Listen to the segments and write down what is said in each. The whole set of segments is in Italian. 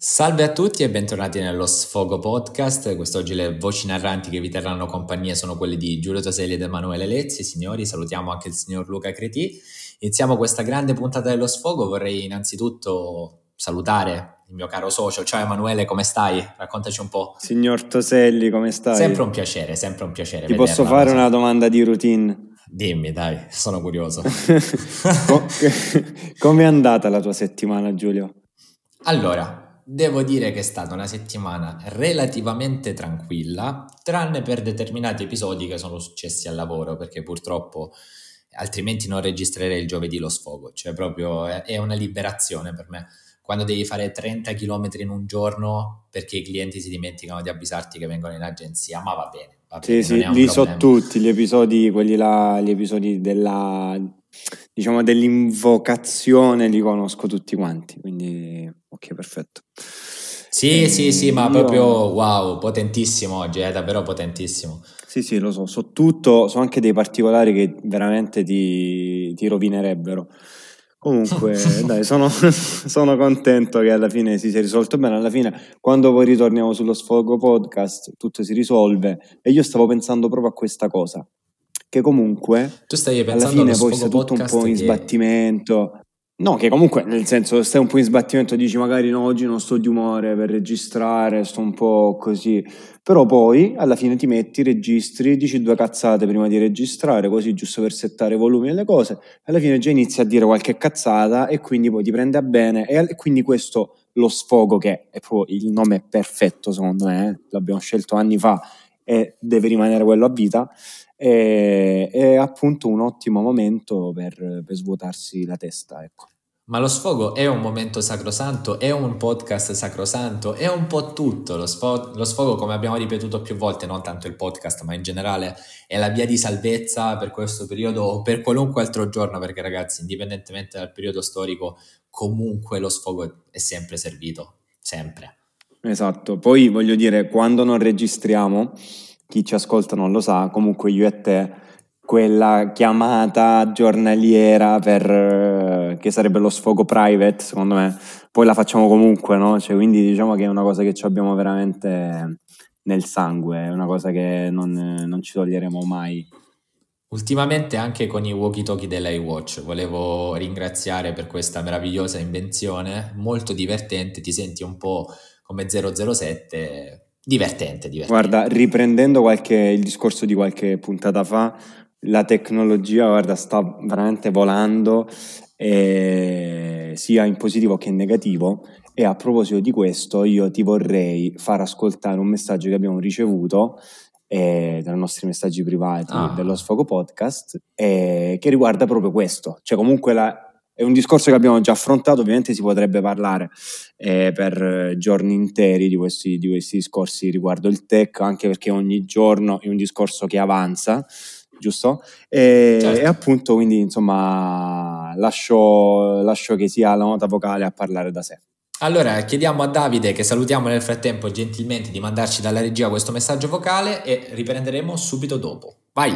Salve a tutti e bentornati nello Sfogo Podcast. Quest'oggi le voci narranti che vi terranno compagnia sono quelle di Giulio Toselli ed Emanuele Lezzi. Signori, salutiamo anche il signor Luca Cretì. Iniziamo questa grande puntata dello Sfogo. Vorrei innanzitutto salutare il mio caro socio. Ciao Emanuele, come stai? Raccontaci un po'. Signor Toselli, come stai? Sempre un piacere, sempre un piacere. Ti posso fare una domanda di routine? Dimmi, dai, sono curioso. Come è andata la tua settimana, Giulio? Allora, devo dire che è stata una settimana relativamente tranquilla, tranne per determinati episodi che sono successi al lavoro, perché purtroppo altrimenti non registrerei il giovedì lo sfogo, cioè proprio è una liberazione per me. Quando devi fare 30 km in un giorno perché i clienti si dimenticano di avvisarti che vengono in agenzia, ma va bene. Sì, lì so tutti gli episodi, quelli là, gli episodi dell'invocazione li conosco tutti quanti, quindi ok, perfetto. Sì, ma proprio wow, potentissimo oggi, è davvero potentissimo. Sì, lo so tutto, so anche dei particolari che veramente ti rovinerebbero. Comunque, dai, sono contento che alla fine si sia risolto bene. Alla fine, quando poi ritorniamo sullo Sfogo Podcast, tutto si risolve. E io stavo pensando proprio a questa cosa, che comunque tu stai alla fine poi sta tutto un po' in sbattimento. No, che comunque nel senso stai un po' in sbattimento, dici magari no, oggi non sto di umore per registrare, sto un po' così, però poi alla fine ti metti, registri, dici due cazzate prima di registrare, così giusto per settare i volumi e le cose, alla fine già inizi a dire qualche cazzata e quindi poi ti prende a bene e quindi questo lo sfogo, che è proprio il nome perfetto secondo me, l'abbiamo scelto anni fa e deve rimanere quello a vita. È appunto un ottimo momento per svuotarsi la testa, ecco. Ma lo sfogo è un momento sacrosanto, è un podcast sacrosanto, è un po' tutto. Lo sfogo, come abbiamo ripetuto più volte, non tanto il podcast, ma in generale, è la via di salvezza per questo periodo o per qualunque altro giorno, perché ragazzi, indipendentemente dal periodo storico, comunque lo sfogo è sempre servito, sempre. Esatto, poi voglio dire, quando non registriamo, chi ci ascolta non lo sa, comunque io e te, quella chiamata giornaliera che sarebbe lo sfogo private, secondo me, poi la facciamo comunque, no? Cioè, quindi diciamo che è una cosa che ci abbiamo veramente nel sangue, è una cosa che non ci toglieremo mai. Ultimamente anche con i walkie-talkie dell'iWatch volevo ringraziare per questa meravigliosa invenzione, molto divertente, ti senti un po' come 007, divertente. Guarda, riprendendo il discorso di qualche puntata fa, la tecnologia, guarda, sta veramente volando, sia in positivo che in negativo, e a proposito di questo io ti vorrei far ascoltare un messaggio che abbiamo ricevuto dai nostri messaggi privati dello Sfogo Podcast, che riguarda proprio questo, cioè comunque è un discorso che abbiamo già affrontato, ovviamente si potrebbe parlare per giorni interi di questi discorsi riguardo il tech, anche perché ogni giorno è un discorso che avanza, giusto? Certo. E appunto, quindi insomma lascio che sia la nota vocale a parlare da sé. Allora chiediamo a Davide, che salutiamo nel frattempo gentilmente, di mandarci dalla regia questo messaggio vocale e riprenderemo subito dopo. Vai!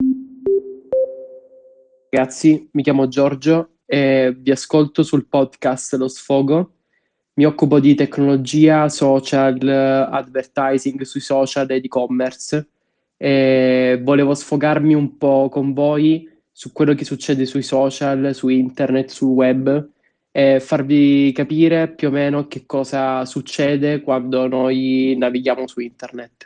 Ragazzi, mi chiamo Giorgio e vi ascolto sul podcast Lo Sfogo. Mi occupo di tecnologia, social, advertising sui social ed e-commerce e volevo sfogarmi un po' con voi su quello che succede sui social, su internet, sul web e farvi capire più o meno che cosa succede quando noi navighiamo su internet.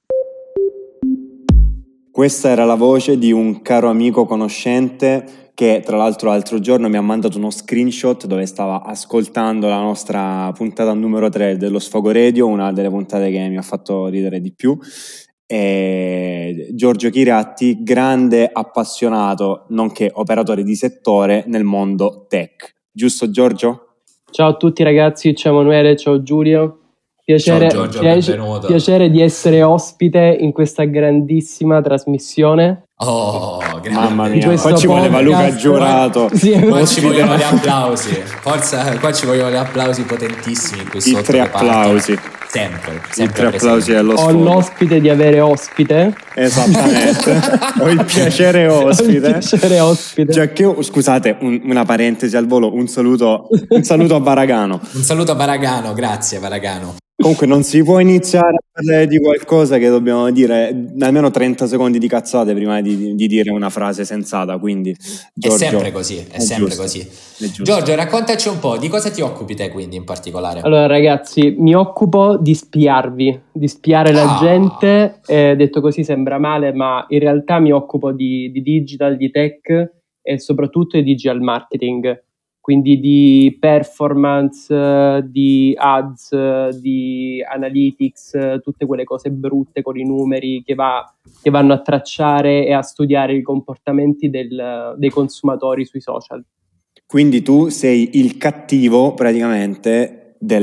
Questa era la voce di un caro amico conoscente che tra l'altro l'altro giorno mi ha mandato uno screenshot dove stava ascoltando la nostra puntata numero 3 dello Sfogo Radio, una delle puntate che mi ha fatto ridere di più. Giorgio Chiratti, grande appassionato nonché operatore di settore nel mondo tech. Giusto Giorgio? Ciao a tutti ragazzi, ciao Emanuele, ciao Giulio. Ciao Giorgio, benvenuto. Piacere di essere ospite in questa grandissima trasmissione. Mamma mia, qua ci voleva Luca Giurato. Qua ci vogliono gli applausi. Forza, qua ci vogliono gli applausi potentissimi. I 3 applausi. sempre applausi allo Ho sfogo. l'ospite di avere ospite. Esattamente. Ho il piacere ospite. Cioè che, scusate, una parentesi al volo, un saluto a Varagano. Un saluto a Varagano, grazie Varagano. Comunque non si può iniziare a parlare di qualcosa che dobbiamo dire almeno 30 secondi di cazzate prima di dire una frase sensata, quindi Giorgio, è sempre così, è sempre così. Giorgio, raccontaci un po', di cosa ti occupi te quindi in particolare? Allora ragazzi, mi occupo di spiarvi, di spiare la gente, detto così sembra male, ma in realtà mi occupo di digital, di tech e soprattutto di digital marketing. Quindi di performance, di ads, di analytics, tutte quelle cose brutte con i numeri che vanno a tracciare e a studiare i comportamenti dei consumatori sui social. Quindi tu sei il cattivo praticamente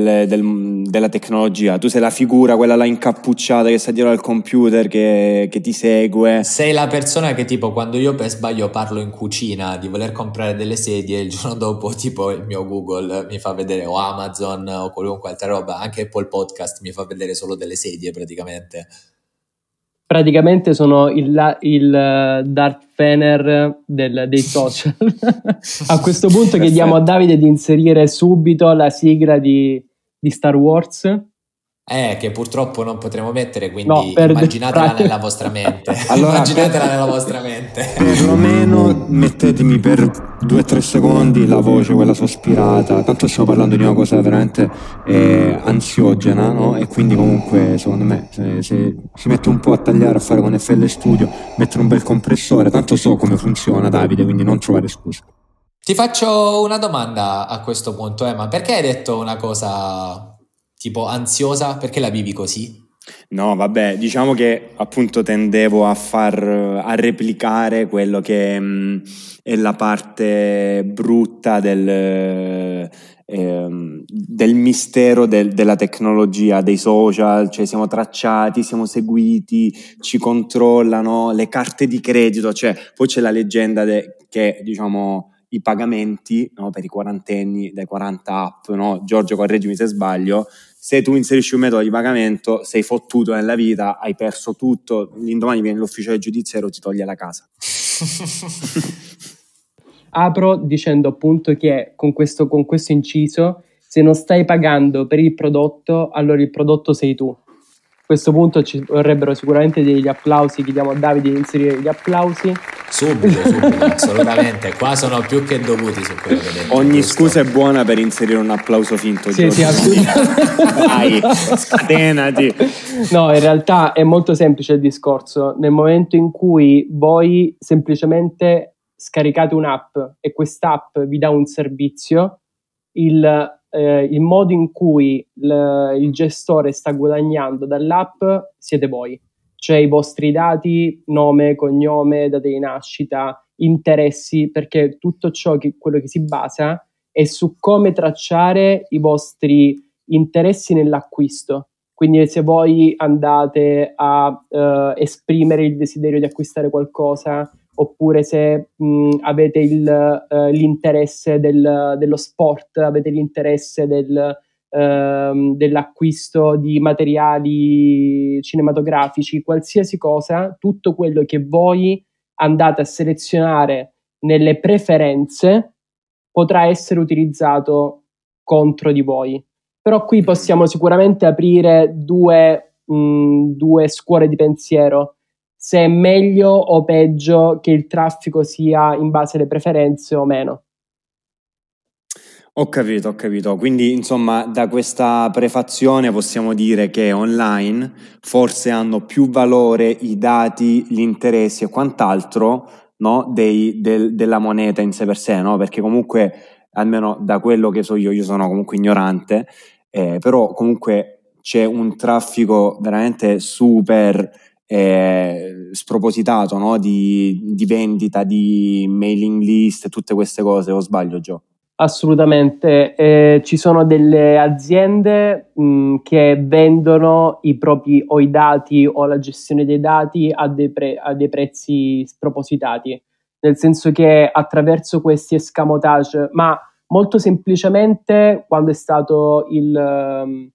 della tecnologia, tu sei la figura, quella là incappucciata che sta dietro al computer, che ti segue. Sei la persona che tipo quando io per sbaglio parlo in cucina di voler comprare delle sedie, il giorno dopo tipo il mio Google mi fa vedere, o Amazon o qualunque altra roba, anche Apple Podcast mi fa vedere solo delle sedie praticamente. Praticamente sono il Darth Vader dei social. A questo punto chiediamo a Davide di inserire subito la sigla di Star Wars. Che purtroppo non potremo mettere, quindi immaginatela nella vostra mente. Allora, immaginatela nella vostra mente. Perlomeno mettetemi per 2-3 secondi la voce, quella sospirata. Tanto stiamo parlando di una cosa veramente ansiogena, no? E quindi comunque secondo me se si mette un po' a tagliare, a fare con FL Studio, mettere un bel compressore, tanto so come funziona Davide, quindi non trovare scuse. Ti faccio una domanda a questo punto, Emma. Perché hai detto una cosa tipo ansiosa? Perché la vivi così? No, vabbè, diciamo che appunto tendevo a replicare quello che è la parte brutta del mistero della tecnologia, dei social, cioè siamo tracciati, siamo seguiti, ci controllano, le carte di credito, cioè poi c'è la leggenda che diciamo i pagamenti, no, per i quarantenni, dai 40 app, no? Giorgio, correggimi se sbaglio, se tu inserisci un metodo di pagamento sei fottuto nella vita, hai perso tutto, l'indomani viene l'ufficiale giudiziario, ti toglie la casa. Apro dicendo appunto che con questo inciso, se non stai pagando per il prodotto, allora il prodotto sei tu. A questo punto ci vorrebbero sicuramente degli applausi, chiediamo a Davide di inserire gli applausi. Subito, assolutamente, qua sono più che dovuti su quello che hai detto. Ogni scusa è buona per inserire un applauso finto. Sì, assolutamente. Dai, scatenati. No, in realtà è molto semplice il discorso. Nel momento in cui voi semplicemente scaricate un'app e quest'app vi dà un servizio, il modo in cui il gestore sta guadagnando dall'app siete voi, cioè i vostri dati, nome, cognome, data di nascita, interessi, perché tutto ciò quello che si basa è su come tracciare i vostri interessi nell'acquisto. Quindi se voi andate a esprimere il desiderio di acquistare qualcosa, oppure se avete l'interesse dello sport, avete l'interesse dell'acquisto di materiali cinematografici, qualsiasi cosa, tutto quello che voi andate a selezionare nelle preferenze potrà essere utilizzato contro di voi. Però qui possiamo sicuramente aprire due scuole di pensiero. Se è meglio o peggio che il traffico sia in base alle preferenze o meno. Ho capito. Quindi, insomma, da questa prefazione possiamo dire che online forse hanno più valore i dati, gli interessi e quant'altro, no? Della moneta in sé per sé, no? Perché comunque, almeno da quello che so io sono comunque ignorante, però comunque c'è un traffico veramente super spropositato, no? Di vendita, di mailing list, tutte queste cose, o sbaglio, Gio? Assolutamente, ci sono delle aziende che vendono i propri o i dati o la gestione dei dati a dei prezzi spropositati, nel senso che attraverso questi escamotage, ma molto semplicemente quando è stato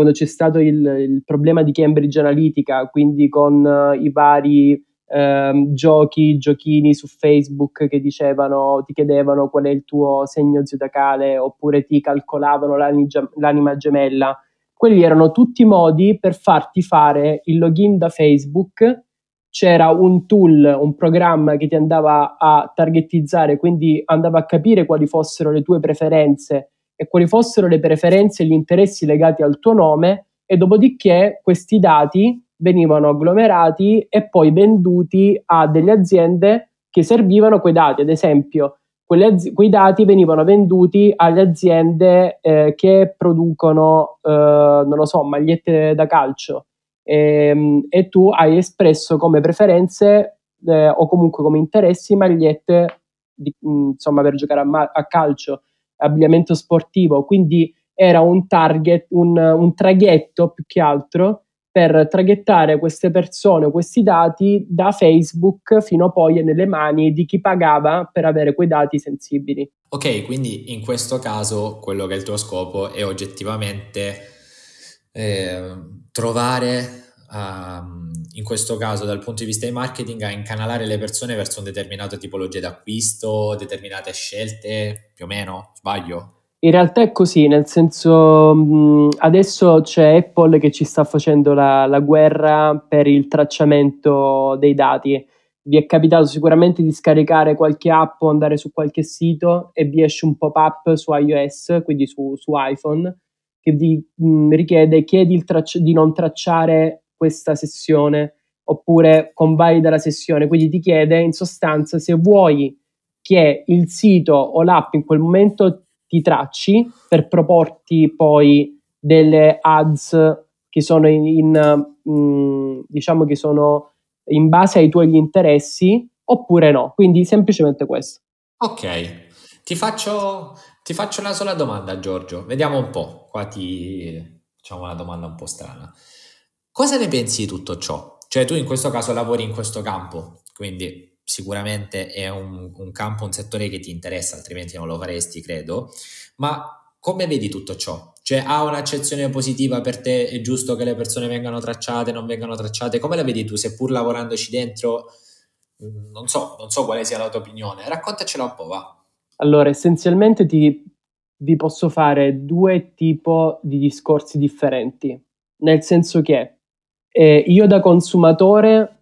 quando c'è stato il problema di Cambridge Analytica, quindi con i vari giochini su Facebook che ti chiedevano qual è il tuo segno zodiacale, oppure ti calcolavano l'anima gemella. Quelli erano tutti modi per farti fare il login da Facebook. C'era un tool, un programma che ti andava a targetizzare, quindi andava a capire quali fossero le tue preferenze e quali fossero le preferenze e gli interessi legati al tuo nome, e dopodiché questi dati venivano agglomerati e poi venduti a delle aziende che servivano quei dati. Ad esempio, quei dati venivano venduti alle aziende che producono, non lo so, magliette da calcio, e tu hai espresso come preferenze o comunque come interessi magliette insomma, per giocare a calcio, abbigliamento sportivo. Quindi era un target, un traghetto più che altro per traghettare queste persone, questi dati da Facebook fino poi nelle mani di chi pagava per avere quei dati sensibili. Ok, quindi in questo caso quello che è il tuo scopo è oggettivamente trovare, in questo caso dal punto di vista di marketing, a incanalare le persone verso una determinata tipologia d'acquisto, determinate scelte, più o meno, sbaglio? In realtà è così, nel senso, adesso c'è Apple che ci sta facendo la guerra per il tracciamento dei dati. Vi è capitato sicuramente di scaricare qualche app o andare su qualche sito e vi esce un pop-up su iOS, quindi su iPhone, che vi richiede di non tracciare questa sessione, oppure convalida la sessione. Quindi ti chiede in sostanza se vuoi che il sito o l'app in quel momento ti tracci per proporti poi delle ads che sono diciamo che sono in base ai tuoi interessi, oppure no. Quindi semplicemente questo. Ok, ti faccio una sola domanda, Giorgio, vediamo un po', qua ti facciamo una domanda un po' strana. Cosa ne pensi di tutto ciò? Cioè tu in questo caso lavori in questo campo, quindi sicuramente è un campo, un settore che ti interessa, altrimenti non lo faresti, credo, ma come vedi tutto ciò? Cioè ha un'accezione positiva per te? È giusto che le persone vengano tracciate, non vengano tracciate? Come la vedi tu, seppur lavorandoci dentro? Non so quale sia la tua opinione, raccontacela un po', va. Allora, essenzialmente vi posso fare due tipi di discorsi differenti, nel senso che io da consumatore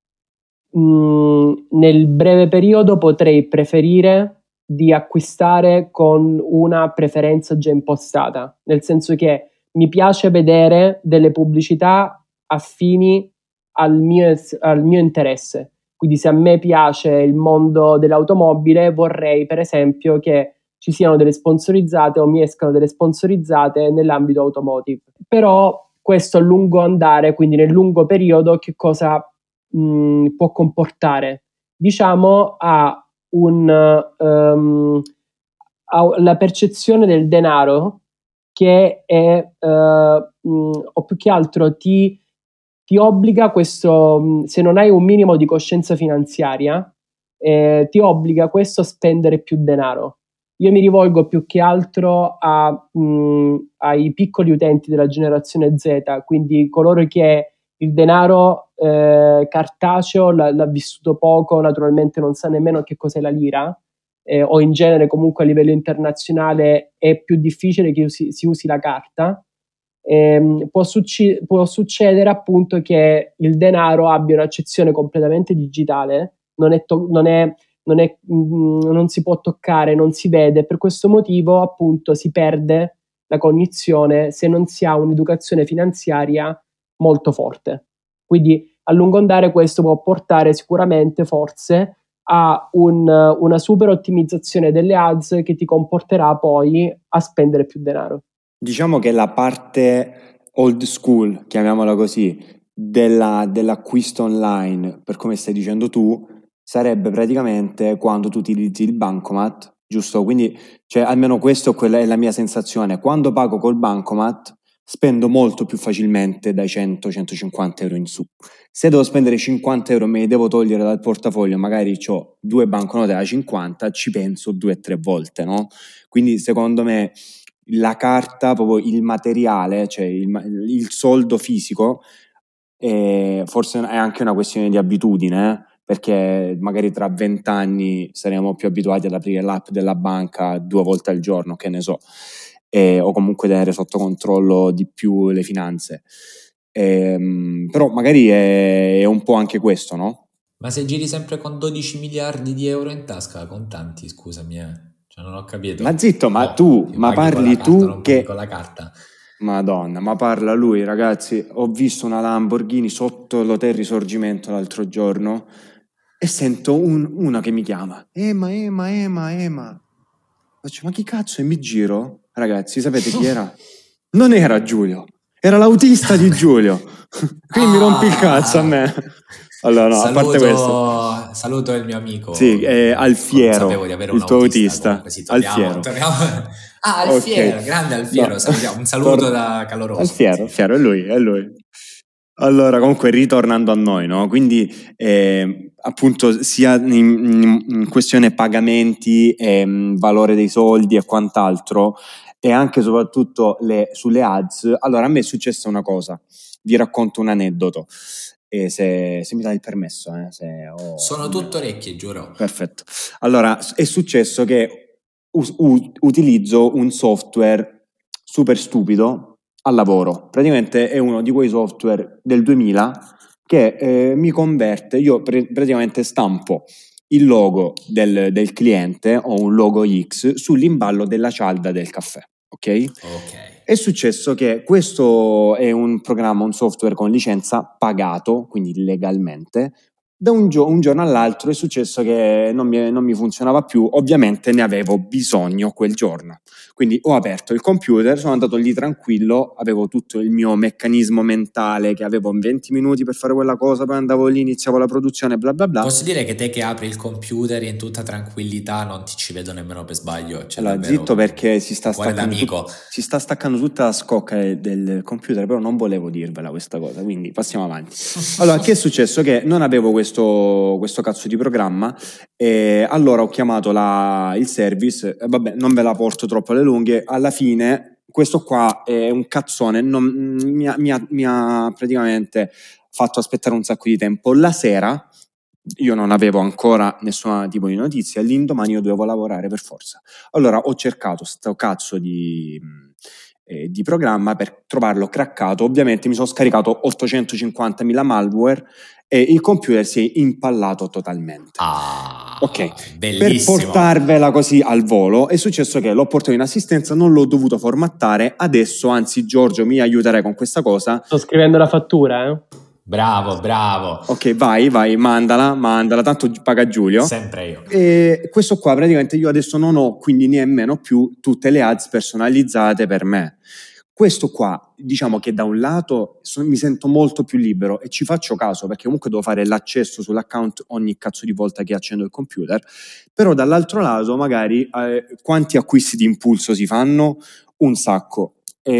nel breve periodo potrei preferire di acquistare con una preferenza già impostata, nel senso che mi piace vedere delle pubblicità affini al mio interesse. Quindi se a me piace il mondo dell'automobile, vorrei per esempio che ci siano delle sponsorizzate o mi escano delle sponsorizzate nell'ambito automotive. Però questo a lungo andare, quindi nel lungo periodo, che cosa può comportare? Diciamo a la percezione del denaro che è, o più che altro ti obbliga questo, se non hai un minimo di coscienza finanziaria, ti obbliga questo a spendere più denaro. Io mi rivolgo più che altro ai piccoli utenti della generazione Z, quindi coloro che il denaro cartaceo l'ha vissuto poco, naturalmente non sa nemmeno che cos'è la lira, o in genere comunque a livello internazionale è più difficile che si usi la carta. Può succedere appunto che il denaro abbia un'accezione completamente digitale, non si può toccare, non si vede. Per questo motivo appunto si perde la cognizione se non si ha un'educazione finanziaria molto forte. Quindi a lungo andare questo può portare sicuramente forse a una super ottimizzazione delle ads che ti comporterà poi a spendere più denaro. Diciamo che la parte old school, chiamiamola così, dell'acquisto online, per come stai dicendo tu, sarebbe praticamente quando tu utilizzi il bancomat, giusto? Quindi, cioè, almeno questa è la mia sensazione. Quando pago col bancomat spendo molto più facilmente dai 100-150 euro in su. Se devo spendere 50 euro e me li devo togliere dal portafoglio, magari ho 2 banconote da 50, ci penso 2 o 3 volte, no? Quindi secondo me la carta, proprio il materiale, cioè il soldo fisico, forse è anche una questione di abitudine, perché magari tra 20 anni saremo più abituati ad aprire l'app della banca 2 volte al giorno, che ne so, o comunque tenere sotto controllo di più le finanze. Però magari è un po' anche questo, no? Ma se giri sempre con 12 miliardi di euro in tasca, contanti, scusami, cioè non ho capito. Ma zitto, ma No, tu, ma parli carta, tu non che... paghi con la carta. Madonna, ma parla lui, ragazzi. Ho visto una Lamborghini sotto l'Hotel Risorgimento l'altro giorno e sento una che mi chiama. Ema. Faccio, ma chi cazzo? E mi giro. Ragazzi, sapete chi era? Non era Giulio, era l'autista di Giulio. Quindi mi rompi il cazzo a me. Allora, no, a parte questo. Saluto il mio amico. Sì, Alfiero, sapevo di avere il un tuo autista. autista. Sì, Alfiero. Alfiero, Okay. grande Alfiero, No, salutiamo. Un saluto da caloroso. Alfiero, è lui. Allora, comunque, ritornando a noi, no? Quindi, appunto, sia in questione pagamenti, valore dei soldi e quant'altro, e anche soprattutto sulle ads. Allora, a me è successa una cosa, vi racconto un aneddoto, se mi dai il permesso. Sono tutto orecchie, giuro. Perfetto. Allora, è successo che utilizzo un software super stupido al lavoro. Praticamente è uno di quei software del 2000 che mi converte, io praticamente stampo il logo del cliente o un logo X sull'imballo della cialda del caffè, ok? È successo che questo è un programma, un software con licenza pagato, quindi legalmente. Da un giorno all'altro è successo che non mi funzionava più, ovviamente ne avevo bisogno quel giorno. Quindi ho aperto il computer, sono andato lì tranquillo, avevo tutto il mio meccanismo mentale che avevo 20 minuti per fare quella cosa, poi andavo lì, iniziavo la produzione, bla bla bla. Posso dire che te che apri il computer in tutta tranquillità non ti ci vedo nemmeno per sbaglio? Cioè, allora, zitto, perché si sta staccando tutta la scocca del computer, però non volevo dirvela questa cosa, quindi passiamo avanti. Allora, che è successo? Che non avevo questo cazzo di programma, e allora ho chiamato il service, vabbè, non ve la porto troppo alle lunghe. Alla fine questo qua è un cazzone, mi ha praticamente fatto aspettare un sacco di tempo. La sera io non avevo ancora nessun tipo di notizia, l'indomani io dovevo lavorare per forza. Allora ho cercato sto cazzo di programma per trovarlo craccato. Ovviamente mi sono scaricato 850.000 malware e il computer si è impallato totalmente. Ok, bellissimo. Per portarvela così al volo è successo che l'ho portato in assistenza, non l'ho dovuto formattare. Adesso, anzi, Giorgio mi aiuterai con questa cosa. Sto scrivendo la fattura, Bravo. Ok, vai, mandala, tanto paga Giulio. Sempre io. E questo qua praticamente io adesso non ho quindi nemmeno più tutte le ads personalizzate per me. Questo qua, diciamo che da un lato mi sento molto più libero e ci faccio caso perché comunque devo fare l'accesso sull'account ogni cazzo di volta che accendo il computer, però dall'altro lato magari quanti acquisti di impulso si fanno? Un sacco.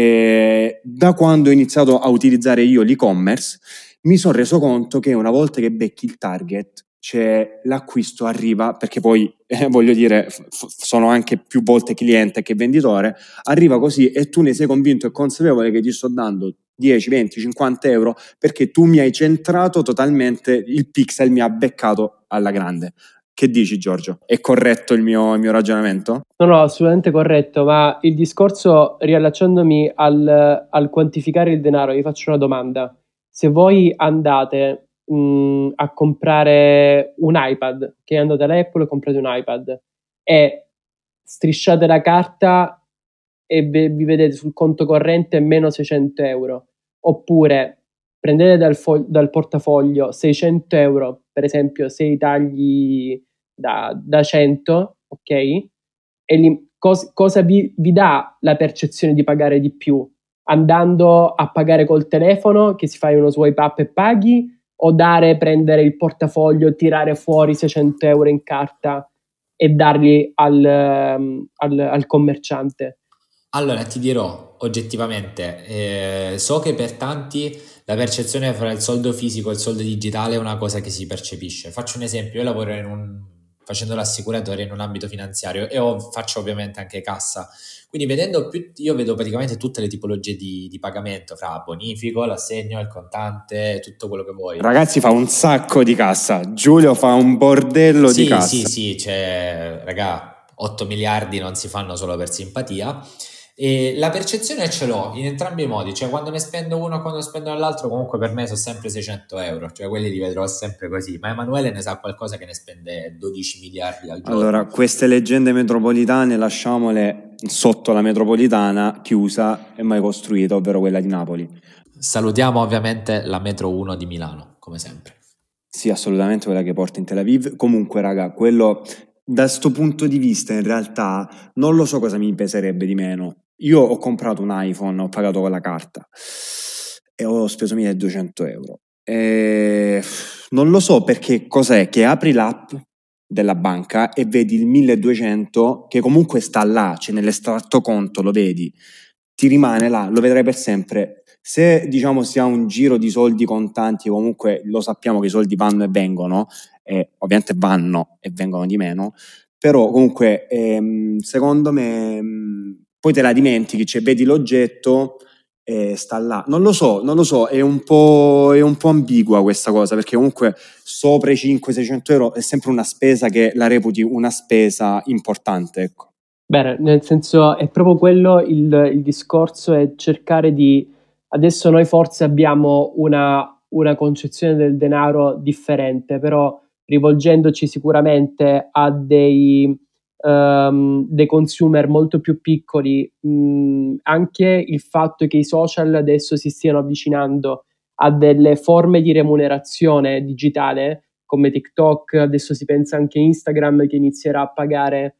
Da quando ho iniziato a utilizzare io l'e-commerce mi sono reso conto che una volta che becchi il target, l'acquisto arriva, perché poi voglio dire sono anche più volte cliente che venditore, arriva così e tu ne sei convinto e consapevole che ti sto dando 10, 20, 50 euro perché tu mi hai centrato totalmente, il pixel mi ha beccato alla grande. Che dici, Giorgio? È corretto il mio ragionamento? No, assolutamente corretto, ma il discorso, riallacciandomi al quantificare il denaro, vi faccio una domanda. Se voi andate a comprare un iPad, che andate all'Apple e comprate un iPad e strisciate la carta e vi vedete sul conto corrente meno 600 euro, oppure prendete dal portafoglio 600 euro, per esempio 6 tagli da 100, ok? E cosa vi dà la percezione di pagare di più? Andando a pagare col telefono, che si fa uno swipe up e paghi, o prendere il portafoglio, tirare fuori 600 euro in carta e darli al commerciante? Allora ti dirò oggettivamente, so che per tanti la percezione fra il soldo fisico e il soldo digitale è una cosa che si percepisce. Faccio un esempio, io lavoro facendo l'assicuratore in un ambito finanziario e faccio ovviamente anche cassa. Quindi io vedo praticamente tutte le tipologie di pagamento, fra bonifico, l'assegno, il contante, tutto quello che vuoi. Ragazzi, fa un sacco di cassa. Giulio fa un bordello di cassa. Sì, cioè, raga, 8 miliardi non si fanno solo per simpatia. E la percezione ce l'ho in entrambi i modi, cioè quando ne spendo uno e quando spendo l'altro, comunque per me sono sempre 600 euro, cioè quelli li vedrò sempre così, ma Emanuele ne sa qualcosa che ne spende 12 miliardi al giorno. Allora, queste leggende metropolitane lasciamole sotto la metropolitana chiusa e mai costruita, ovvero quella di Napoli. Salutiamo ovviamente la metro 1 di Milano, come sempre. Sì, assolutamente, quella che porta in Tel Aviv. Comunque, raga, quello da sto punto di vista in realtà non lo so cosa mi peserebbe di meno. Io ho comprato un iPhone, ho pagato con la carta e ho speso 1200 euro. Non lo so perché cos'è che apri l'app della banca e vedi il 1200 che comunque sta là, cioè nell'estratto conto lo vedi, ti rimane là, lo vedrai per sempre. Se diciamo si ha un giro di soldi contanti, comunque lo sappiamo che i soldi vanno e vengono, ovviamente vanno e vengono di meno, però comunque secondo me poi te la dimentichi, cioè vedi l'oggetto e sta là. Non lo so, è un po' ambigua questa cosa, perché comunque sopra i 500-600 euro è sempre una spesa che la reputi una spesa importante, ecco. Bene, nel senso è proprio quello il discorso, è cercare di... Adesso noi forse abbiamo una concezione del denaro differente, però rivolgendoci sicuramente a dei consumer molto più piccoli, anche il fatto che i social adesso si stiano avvicinando a delle forme di remunerazione digitale come TikTok, adesso si pensa anche a Instagram che inizierà a pagare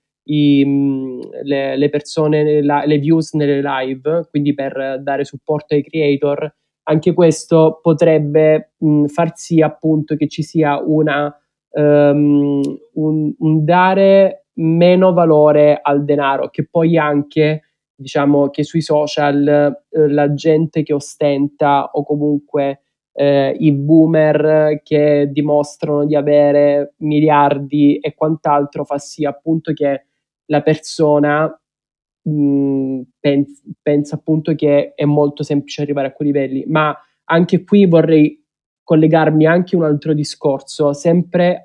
le persone, le views nelle live, quindi per dare supporto ai creator. Anche questo potrebbe far sì appunto che ci sia un dare meno valore al denaro, che poi anche diciamo che sui social la gente che ostenta o comunque i boomer che dimostrano di avere miliardi e quant'altro fa sì appunto che la persona pensa appunto che è molto semplice arrivare a quei livelli, ma anche qui vorrei collegarmi anche a un altro discorso, sempre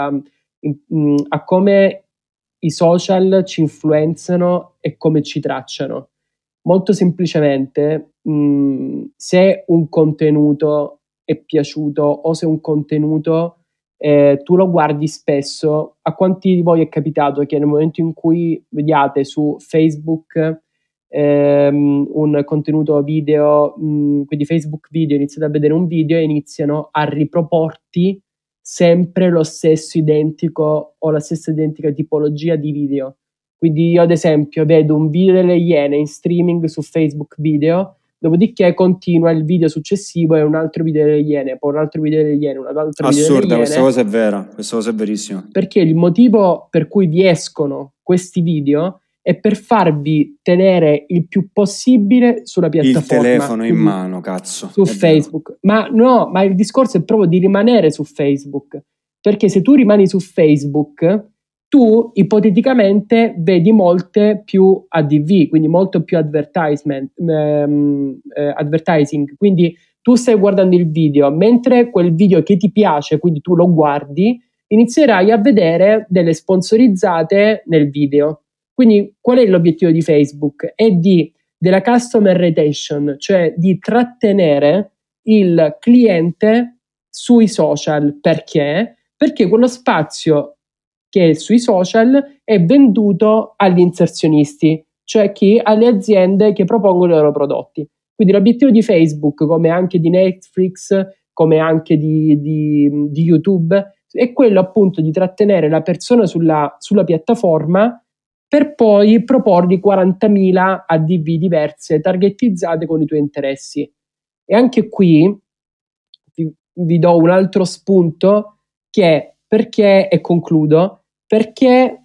a come i social ci influenzano e come ci tracciano. Molto semplicemente, se un contenuto è piaciuto o se un contenuto tu lo guardi spesso, a quanti di voi è capitato che nel momento in cui vediate su Facebook un contenuto video, quindi Facebook video, iniziate a vedere un video e iniziano a riproporti sempre lo stesso identico o la stessa identica tipologia di video. Quindi io ad esempio vedo un video delle Iene in streaming su Facebook video, dopodiché continua il video successivo e un altro video delle Iene, poi un altro video delle Iene, un altro video delle Iene. Questa cosa è vera, questa cosa è verissima. Perché il motivo per cui vi escono questi video è per farvi tenere il più possibile sulla piattaforma. Il telefono in mano, cazzo. Su Facebook. Ma no, ma il discorso è proprio di rimanere su Facebook. Perché se tu rimani su Facebook, tu ipoteticamente vedi molte più ADV, quindi molto più advertising. Quindi tu stai guardando il video, mentre quel video che ti piace, quindi tu lo guardi, inizierai a vedere delle sponsorizzate nel video. Quindi qual è l'obiettivo di Facebook? È della customer retention, cioè di trattenere il cliente sui social. Perché? Perché quello spazio che è sui social è venduto agli inserzionisti, cioè alle aziende che propongono i loro prodotti. Quindi l'obiettivo di Facebook, come anche di Netflix, come anche di YouTube, è quello appunto di trattenere la persona sulla piattaforma per poi proporgli 40.000 ADV diverse, targetizzate con i tuoi interessi. E anche qui vi do un altro spunto che perché, e concludo, perché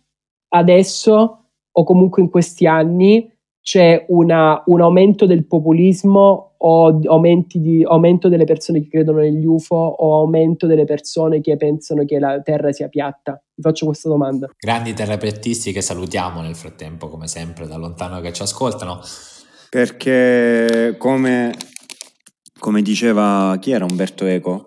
adesso o comunque in questi anni c'è un aumento del populismo o aumento delle persone che credono negli UFO o aumento delle persone che pensano che la Terra sia piatta? Vi faccio questa domanda. Grandi terrapiattisti che salutiamo nel frattempo, come sempre, da lontano che ci ascoltano. Perché come diceva, chi era, Umberto Eco,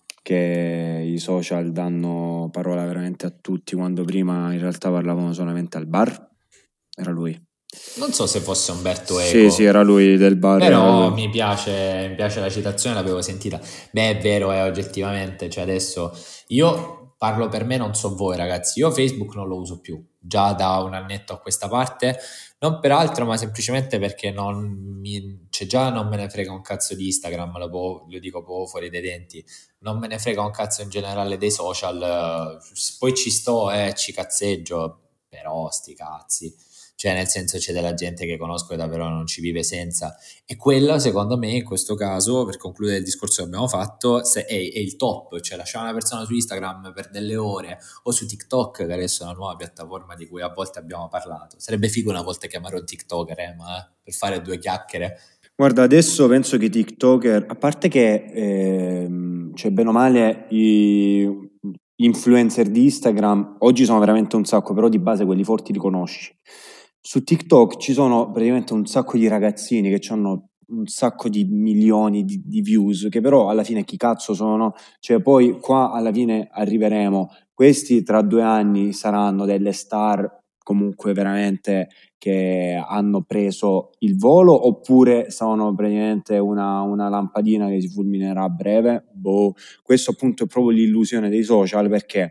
che i social danno parola veramente a tutti, quando prima in realtà parlavano solamente al bar. Era lui. Non so se fosse Umberto Eco. Sì, era lui del bar. Però mi piace la citazione, l'avevo sentita. Beh, è vero, oggettivamente, cioè adesso io parlo per me, non so voi ragazzi, io Facebook non lo uso più, già da un annetto a questa parte, non per altro, ma semplicemente perché non me ne frega un cazzo di Instagram, lo dico proprio fuori dai denti, non me ne frega un cazzo in generale dei social, poi ci sto e ci cazzeggio, però sti cazzi. Cioè, nel senso, c'è della gente che conosco che davvero non ci vive senza, e quella secondo me in questo caso, per concludere il discorso che abbiamo fatto, è il top. Cioè, lasciare una persona su Instagram per delle ore o su TikTok, che adesso è una nuova piattaforma di cui a volte abbiamo parlato. Sarebbe figo una volta chiamare un TikToker, ma per fare due chiacchiere. Guarda, adesso penso che i TikToker, a parte che cioè bene o male gli influencer di Instagram oggi sono veramente un sacco, però di base quelli forti li conosci. Su TikTok ci sono praticamente un sacco di ragazzini che hanno un sacco di milioni di views, che però alla fine chi cazzo sono? Cioè poi qua alla fine arriveremo, questi tra 2 anni saranno delle star comunque veramente che hanno preso il volo, oppure sono praticamente una lampadina che si fulminerà a breve? Boh. Questo appunto è proprio l'illusione dei social, perché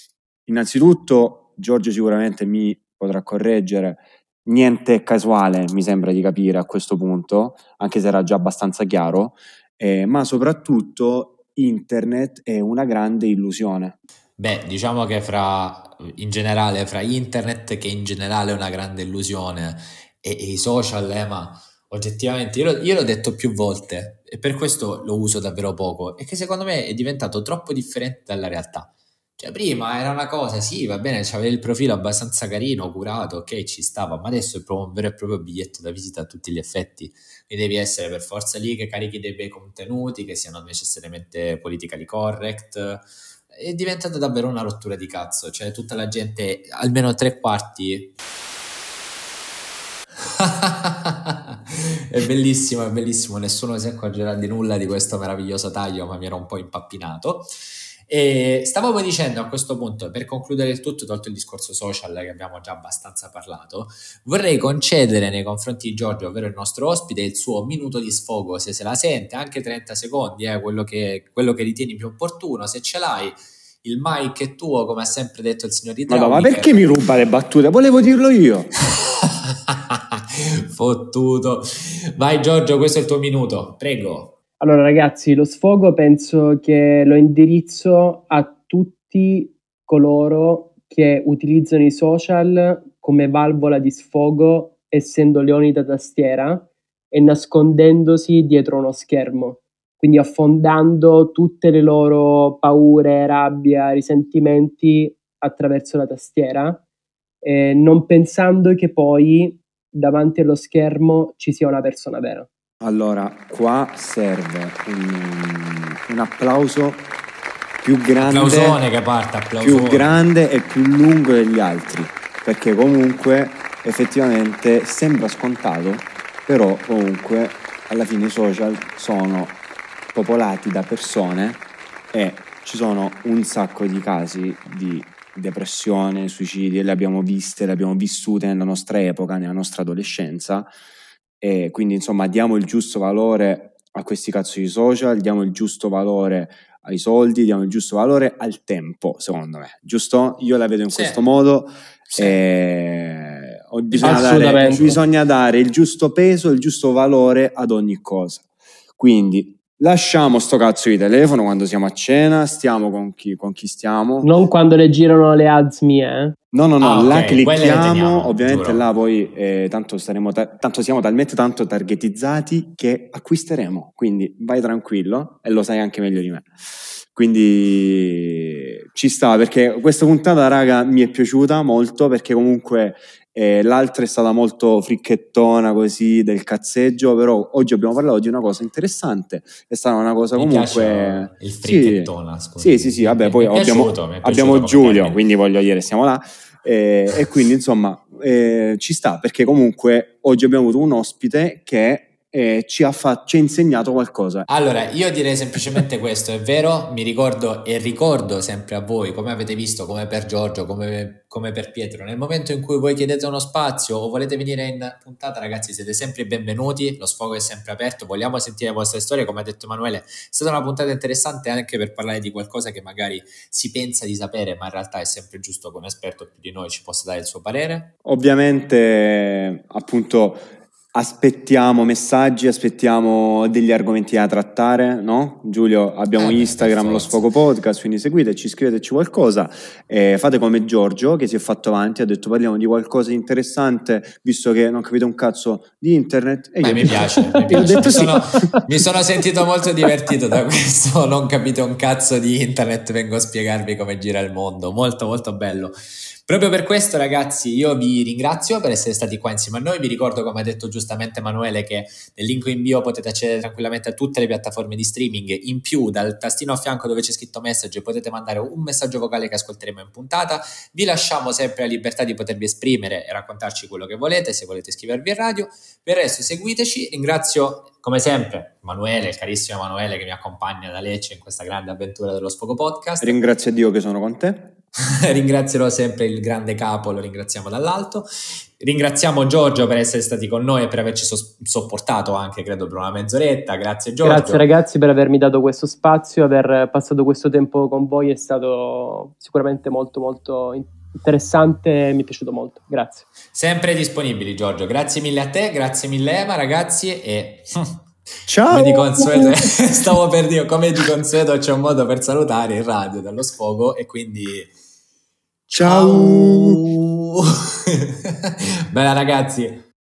innanzitutto Giorgio sicuramente mi potrà correggere, niente è casuale, mi sembra di capire a questo punto, anche se era già abbastanza chiaro, ma soprattutto internet è una grande illusione. Beh, diciamo che fra internet, che in generale è una grande illusione, e i social, ma oggettivamente io l'ho detto più volte e per questo lo uso davvero poco, è che secondo me è diventato troppo differente dalla realtà. Cioè prima era una cosa, sì, va bene, c'aveva il profilo abbastanza carino, curato, ok, ci stava, ma adesso è proprio un vero e proprio biglietto da visita a tutti gli effetti. E devi essere per forza lì che carichi dei bei contenuti, che siano necessariamente politically correct. È diventata davvero una rottura di cazzo. Cioè tutta la gente, almeno 3/4 è bellissimo, nessuno si accorgerà di nulla di questo meraviglioso taglio, ma mi ero un po' impappinato. E stavamo dicendo a questo punto, per concludere il tutto, tolto il discorso social che abbiamo già abbastanza parlato, vorrei concedere nei confronti di Giorgio, ovvero il nostro ospite, il suo minuto di sfogo, se la sente, anche 30 secondi, quello che ritieni più opportuno. Se ce l'hai, il mic è tuo, come ha sempre detto il signor Idraulica. Ma perché mi ruba le battute? Volevo dirlo io. Fottuto. Vai Giorgio, questo è il tuo minuto, prego. Allora ragazzi, lo sfogo penso che lo indirizzo a tutti coloro che utilizzano i social come valvola di sfogo, essendo leoni da tastiera e nascondendosi dietro uno schermo, quindi affondando tutte le loro paure, rabbia, risentimenti attraverso la tastiera, non pensando che poi davanti allo schermo ci sia una persona vera. Allora, qua serve un applauso più grande, che parte, più grande e più lungo degli altri, perché comunque effettivamente sembra scontato, però comunque alla fine i social sono popolati da persone e ci sono un sacco di casi di depressione, suicidi, le abbiamo vissute nella nostra epoca, nella nostra adolescenza. E quindi insomma diamo il giusto valore a questi cazzo di social, diamo il giusto valore ai soldi, diamo il giusto valore al tempo, secondo me, giusto? Io la vedo in questo modo. Bisogna dare il giusto peso, il giusto valore ad ogni cosa. Quindi lasciamo sto cazzo di telefono quando siamo a cena, stiamo con chi stiamo. Non quando le girano le ads mie, No, là clicchiamo, ovviamente giuro. Là poi tanto siamo talmente tanto targetizzati che acquisteremo, quindi vai tranquillo e lo sai anche meglio di me. Quindi ci sta, perché questa puntata, raga, mi è piaciuta molto, perché comunque l'altra è stata molto fricchettona così del cazzeggio, però oggi abbiamo parlato di una cosa interessante, è stata una cosa mi comunque il fricchettona, sì, vabbè, poi abbiamo Giulio, termine. Quindi voglio dire, siamo là e quindi insomma ci sta, perché comunque oggi abbiamo avuto un ospite che ci ha insegnato qualcosa. Allora, io direi semplicemente questo, è vero, mi ricordo e ricordo sempre a voi, come avete visto, come per Giorgio, come per Pietro, nel momento in cui voi chiedete uno spazio o volete venire in puntata, ragazzi, siete sempre benvenuti, lo sfogo è sempre aperto, vogliamo sentire le vostre storie, come ha detto Emanuele, è stata una puntata interessante anche per parlare di qualcosa che magari si pensa di sapere, ma in realtà è sempre giusto che un esperto più di noi ci possa dare il suo parere. Ovviamente, appunto, aspettiamo messaggi, aspettiamo degli argomenti da trattare, no? Giulio, abbiamo Instagram, Lo Sfogo Podcast, quindi seguiteci, scriveteci qualcosa, fate come Giorgio che si è fatto avanti, ha detto parliamo di qualcosa di interessante, visto che non capite un cazzo di internet. E mi piace. Mi sono sentito molto divertito da questo, non capite un cazzo di internet, vengo a spiegarvi come gira il mondo, molto molto bello. Proprio per questo, ragazzi, io vi ringrazio per essere stati qua insieme a noi. Vi ricordo, come ha detto giustamente Emanuele, che nel link in bio potete accedere tranquillamente a tutte le piattaforme di streaming. In più, dal tastino a fianco dove c'è scritto message potete mandare un messaggio vocale che ascolteremo in puntata. Vi lasciamo sempre la libertà di potervi esprimere e raccontarci quello che volete, se volete iscrivervi a radio. Per il resto seguiteci. Ringrazio come sempre Emanuele, il carissimo Emanuele, che mi accompagna da Lecce in questa grande avventura dello Sfogo Podcast. Ringrazio Dio che sono con te. Ringrazierò sempre il grande capo, lo ringraziamo dall'alto. Ringraziamo Giorgio per essere stati con noi e per averci sopportato anche, credo, per una mezz'oretta. Grazie Giorgio. Grazie ragazzi per avermi dato questo spazio, aver passato questo tempo con voi è stato sicuramente molto molto interessante, mi è piaciuto molto, grazie. Sempre disponibili Giorgio, grazie mille a te, grazie mille Ema, ragazzi, e ciao! Come di consueto, stavo per dire, come di consueto c'è un modo per salutare in radio dallo Sfogo e quindi ciao! Bella ragazzi.